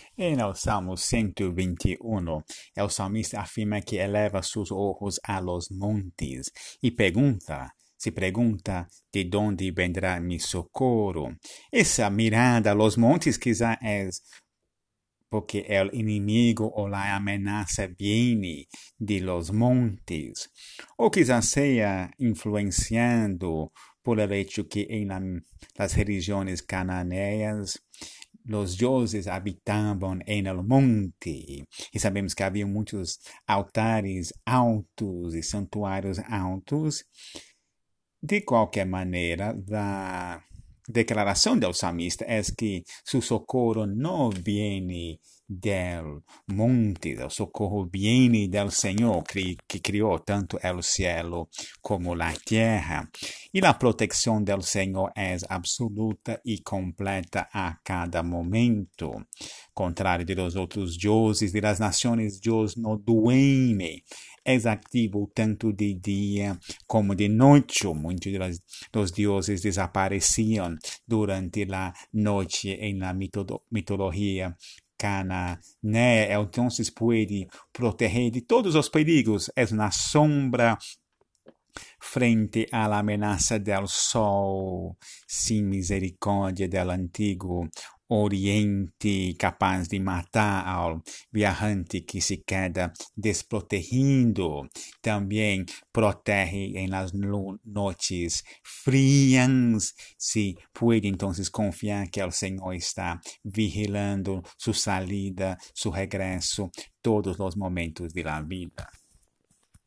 En el Salmo 121, el salmista afirma que eleva sus ojos a los montes y se pregunta de dónde vendrá mi socorro. Esa mirada a los montes quizá es porque el enemigo o la amenaza viene de los montes, o quizás sea influenciado por el hecho que en las religiones cananeas los dioses habitaban en el monte. Y sabemos que había muchos altares altos y santuarios altos. De qualquer maneira, la declaração del salmista es que su socorro no viene del monte, el socorro viene del Señor que crió tanto el cielo como la tierra. Y la protección del Señor es absoluta y completa a cada momento. Contrario de los otros dioses de las naciones, Dios no duerme. Es activo tanto de día como de noche. Muchos de los dioses desaparecían durante la noche en la mitología cananea. Entonces puede proteger de todos los peligros. Es una sombra frente a la amenaza del sol sin misericordia del antiguo Oriente, capaz de matar al viajante que se queda desprotegido. También protege en las noches frías. Se puede entonces confiar que el Señor está vigilando su salida, su regreso, todos los momentos de la vida.